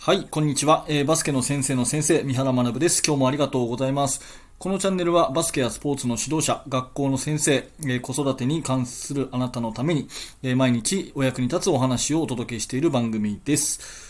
はい、こんにちは。バスケの先生の先生、三原学です。今日もありがとうございます。このチャンネルはバスケやスポーツの指導者、学校の先生、子育てに関するあなたのために、毎日お役に立つお話をお届けしている番組です。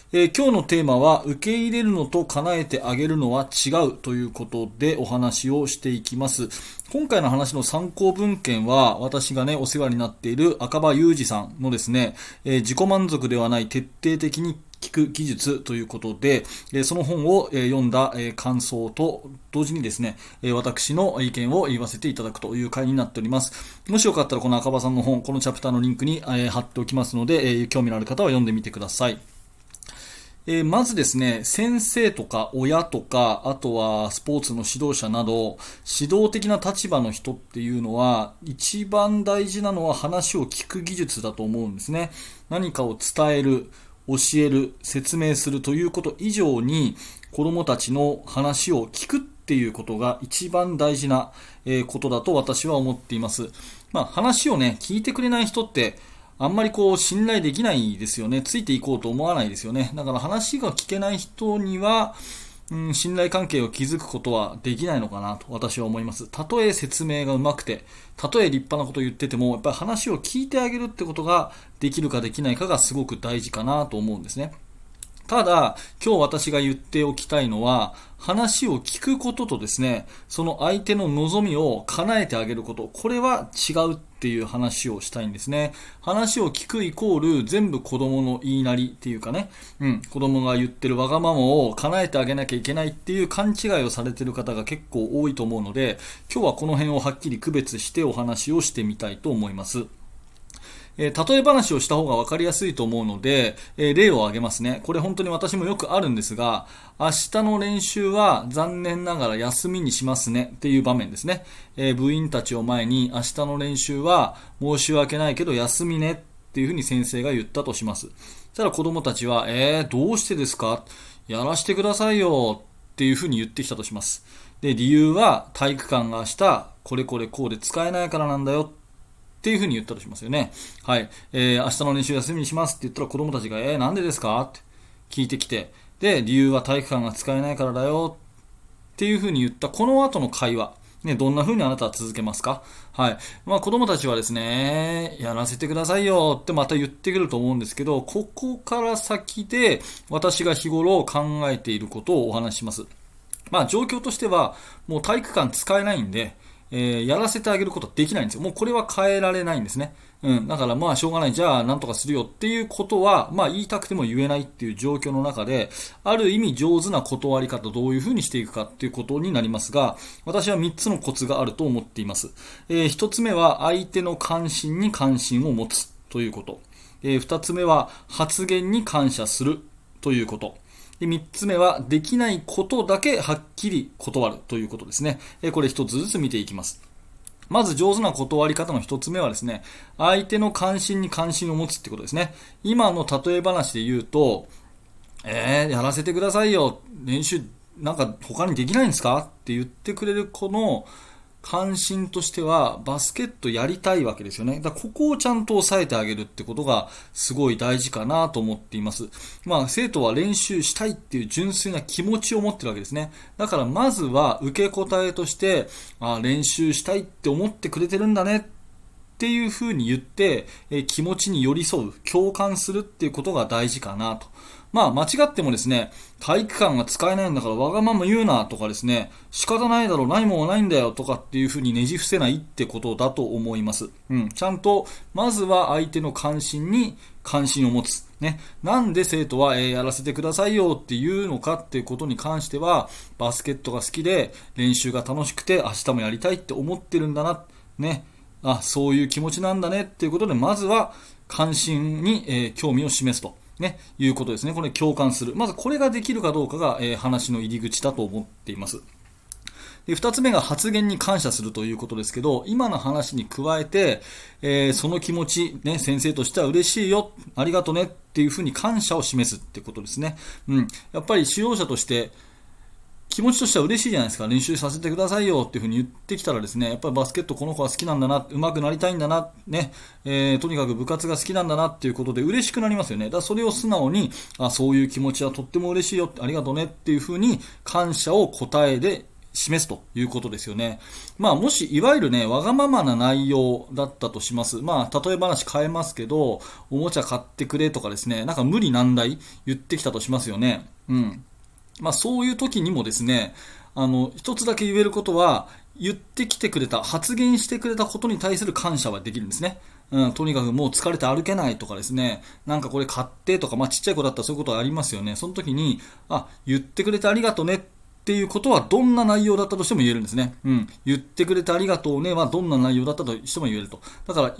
今日のテーマは、受け入れるのと叶えてあげるのは違うということでお話をしていきます。今回の話の参考文献は、私がお世話になっている赤羽裕二さんのですね、自己満足ではない徹底的に聞く技術ということで、その本を読んだ感想と同時にですね、私の意見を言わせていただくという回になっております。もしよかったらこの赤羽さんの本、このチャプターのリンクに貼っておきますので、興味のある方は読んでみてください。まずですね、先生とか親とか、あとはスポーツの指導者など、指導的な立場の人っていうのは、一番大事なのは話を聞く技術だと思うんですね。何かを伝える、教える、説明するということ以上に、子供たちの話を聞くっていうことが一番大事なことだと私は思っています。話を聞いてくれない人って、あんまり信頼できないですよね。ついていこうと思わないですよね。だから話が聞けない人には、信頼関係を築くことはできないのかなと私は思います。たとえ説明がうまくて、たとえ立派なことを言ってても、やっぱり話を聞いてあげるってことができるかできないかがすごく大事かなと思うんですね。ただ、今日私が言っておきたいのは、話を聞くこととですね、その相手の望みを叶えてあげること、これは違うっていう話をしたいんですね。話を聞くイコール全部子供の言いなりっていうかね、子供が言ってるわがままを叶えてあげなきゃいけないっていう勘違いをされている方が結構多いと思うので、今日はこの辺をはっきり区別してお話をしてみたいと思います。例え話をした方が分かりやすいと思うので、例を挙げますね。これ本当に私もよくあるんですが、明日の練習は残念ながら休みにしますねっていう場面ですね。部員たちを前に明日の練習は申し訳ないけど休みねっていうふうに先生が言ったとします。そしたら子供たちは、どうしてですか？やらせてくださいよっていうふうに言ってきたとします。で、理由は体育館が明日これこれこうで使えないからなんだよっていうふうに言ったとしますよね。はい。明日の練習休みにしますって言ったら子供たちが、なんでですかって聞いてきて、で、理由は体育館が使えないからだよっていうふうに言ったこの後の会話。どんな風にあなたは続けますか？はい。子供たちはですね、やらせてくださいよってまた言ってくると思うんですけど、ここから先で私が日頃考えていることをお話しします。状況としては、もう体育館使えないんで、やらせてあげることはできないんですよ。もうこれは変えられないんですね。だからしょうがない。じゃあなんとかするよっていうことは、言いたくても言えないっていう状況の中で、ある意味上手な断り方、どういうふうにしていくかっていうことになりますが、私は3つのコツがあると思っています。1つ目は相手の関心に関心を持つということ。2つ目は発言に感謝するということ。3つ目はできないことだけはっきり断るということですね。これ1つずつ見ていきます。まず上手な断り方の1つ目はですね、相手の関心に関心を持つってことですね。今の例え話で言うと、やらせてくださいよ。練習なんか他にできないんですかって言ってくれる子の関心としてはバスケットやりたいわけですよね。だからここをちゃんと抑えてあげるってことがすごい大事かなと思っています。生徒は練習したいっていう純粋な気持ちを持ってるわけですね。だからまずは受け答えとして、練習したいって思ってくれてるんだねっていう風に言って、気持ちに寄り添う、共感するっていうことが大事かなと。間違ってもですね、体育館が使えないんだからわがまま言うなとかですね、仕方ないだろう、ないもんはないんだよとかっていう風にねじ伏せないってことだと思います。ちゃんと、まずは相手の関心に関心を持つ。なんで生徒は、やらせてくださいよっていうのかっていうことに関しては、バスケットが好きで練習が楽しくて明日もやりたいって思ってるんだな、そういう気持ちなんだねっていうことで、まずは関心に、興味を示すと。いうことですね。これ共感する。まずこれができるかどうかが、話の入り口だと思っています。で、二つ目が発言に感謝するということですけど、今の話に加えて、その気持ち、先生としては嬉しいよ、ありがとねっていうふうに感謝を示すってことですね。やっぱり指導者として気持ちとしては嬉しいじゃないですか。練習させてくださいよっていう風に言ってきたらですね、やっぱりバスケットこの子は好きなんだな、上手くなりたいんだな、ね、とにかく部活が好きなんだなっていうことで嬉しくなりますよね。だからそれを素直に、そういう気持ちはとっても嬉しいよ、ありがとうねっていう風に感謝を答えで示すということですよね。もしいわゆるね、わがままな内容だったとします。例え話変えますけど、おもちゃ買ってくれとかですね、なんか無理難題言ってきたとしますよね。そういう時にもですね、一つだけ言えることは、言ってきてくれた、発言してくれたことに対する感謝はできるんですね。とにかくもう疲れて歩けないとかですね、なんかこれ買ってとか、ちっちゃい子だったらそういうことはありますよね。その時に、言ってくれてありがとうねっていうことはどんな内容だったとしても言えるんですね。言ってくれてありがとうねはどんな内容だったとしても言えると。だから、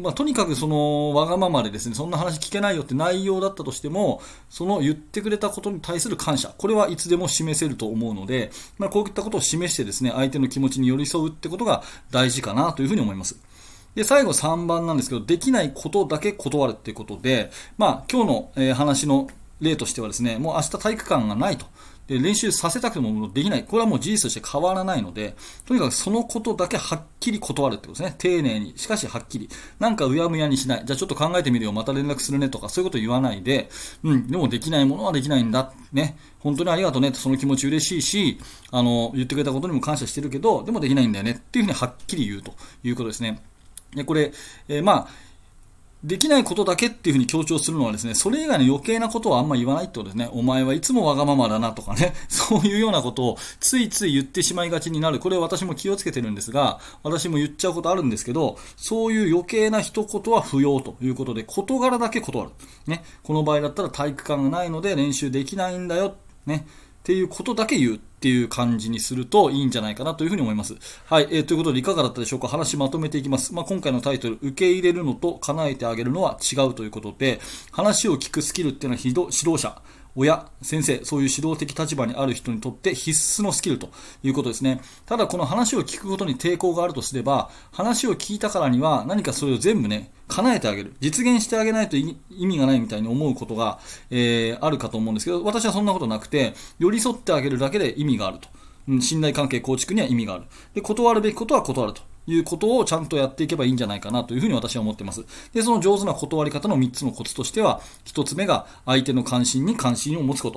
とにかくそのわがままでですね、そんな話聞けないよって内容だったとしても、その言ってくれたことに対する感謝、これはいつでも示せると思うので、こういったことを示してですね、相手の気持ちに寄り添うってことが大事かなというふうに思います。で、最後3番なんですけど、できないことだけ断るっていうことで、今日の話の例としてはですね、もう明日体育館がないと。で、練習させたくてもできない。これはもう事実として変わらないので、とにかくそのことだけはっきり断るってことですね。丁寧に。しかしはっきり。なんかうやむやにしない。じゃあちょっと考えてみるよ。また連絡するねとか、そういうこと言わないで、でもできないものはできないんだ。ね。本当にありがとうね。その気持ち嬉しいし、言ってくれたことにも感謝してるけど、でもできないんだよね。っていうふうにはっきり言うということですね。で、これ、できないことだけっていうふうに強調するのはですね、それ以外の余計なことはあんま言わないってことですね。お前はいつもわがままだなとかね、そういうようなことをついつい言ってしまいがちになる。これは私も気をつけてるんですが、私も言っちゃうことあるんですけど、そういう余計な一言は不要ということで、事柄だけ断る。ね、この場合だったら体育館がないので練習できないんだよ。ね。っていうことだけ言うっていう感じにするといいんじゃないかなというふうに思います。はい、ということでいかがだったでしょうか。話まとめていきます。今回のタイトル、受け入れるのと叶えてあげるのは違うということで、話を聞くスキルっていうのは指導者、親、先生、そういう指導的立場にある人にとって必須のスキルということですね。ただこの話を聞くことに抵抗があるとすれば、話を聞いたからには何かそれを全部ね、叶えてあげる。実現してあげないと意味がないみたいに思うことが、あるかと思うんですけど、私はそんなことなくて、寄り添ってあげるだけで意味があると。信頼関係構築には意味がある。で、断るべきことは断るということをちゃんとやっていけばいいんじゃないかなというふうに私は思っています。で、その上手な断り方の3つのコツとしては、1つ目が相手の関心に関心を持つこと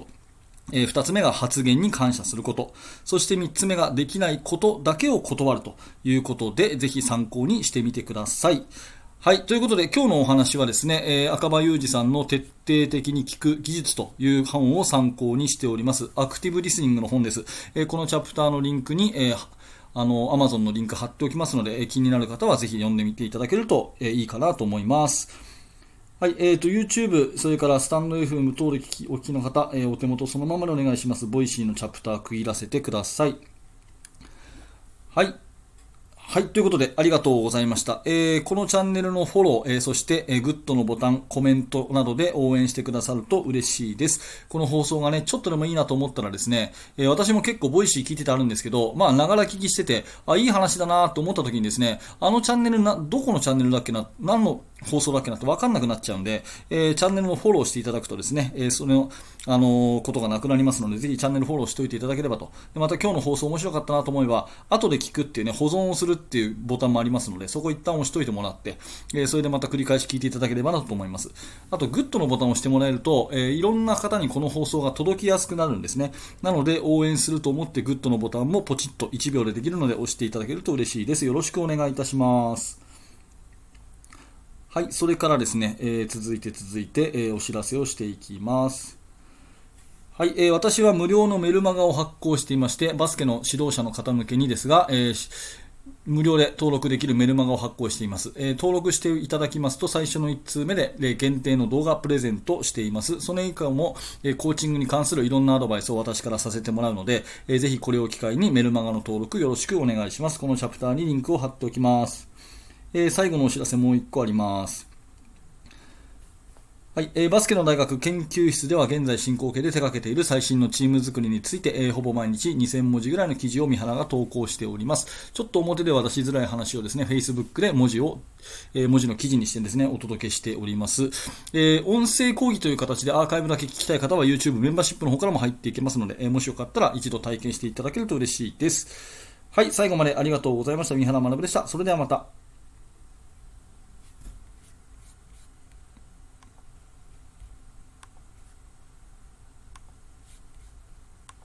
。2つ目が発言に感謝すること。そして3つ目ができないことだけを断るということで、ぜひ参考にしてみてください。はい。ということで、今日のお話はですね、赤羽裕二さんの徹底的に聞く技術という本を参考にしております。アクティブリスニングの本です。このチャプターのリンクに、Amazon のリンク貼っておきますので、気になる方はぜひ読んでみていただけると、いいかなと思います。はい。YouTube、それからスタンド FM 等でお聞きの方、お手元そのままでお願いします。ボイシーのチャプター区切らせてください。はい。はい。ということで、ありがとうございました。このチャンネルのフォロー、そして、グッドのボタン、コメントなどで応援してくださると嬉しいです。この放送がね、ちょっとでもいいなと思ったらですね、私も結構ボイシー聞いててあるんですけど、ながら聞きしてて、いい話だなと思った時にですね、あのチャンネルどこのチャンネルだっけな、何の放送だっけなって分かんなくなっちゃうんで、チャンネルのフォローしていただくとですね、その、ことがなくなりますので、ぜひチャンネルフォローしておいていただければと。でまた今日の放送面白かったなと思えば、後で聞くっていうね、保存をするっていうボタンもありますので、そこ一旦押しといてもらって、それでまた繰り返し聞いていただければなと思います。あと、グッドのボタンを押してもらえると、いろんな方にこの放送が届きやすくなるんですね。なので、応援すると思ってグッドのボタンもポチッと1秒でできるので押していただけると嬉しいです。よろしくお願いいたします。はい、それからですね、続いて、お知らせをしていきます。はい、私は無料のメルマガを発行していまして、バスケの指導者の方向けにですが、無料で登録できるメルマガを発行しています。登録していただきますと、最初の1通目で、限定の動画プレゼントしています。それ以降も、コーチングに関するいろんなアドバイスを私からさせてもらうので、ぜひこれを機会にメルマガの登録よろしくお願いします。このチャプターにリンクを貼っておきます。最後のお知らせもう1個あります。 はい、バスケの大学研究室では現在進行形で手掛けている最新のチーム作りについて、ほぼ毎日2000文字ぐらいの記事を三原が投稿しております。ちょっと表では出しづらい話をですね、Facebook で文字の記事にしてですね、お届けしております。音声講義という形でアーカイブだけ聞きたい方は YouTube メンバーシップの方からも入っていけますので、もしよかったら一度体験していただけると嬉しいです。はい、最後までありがとうございました。三原学でした。それではまた。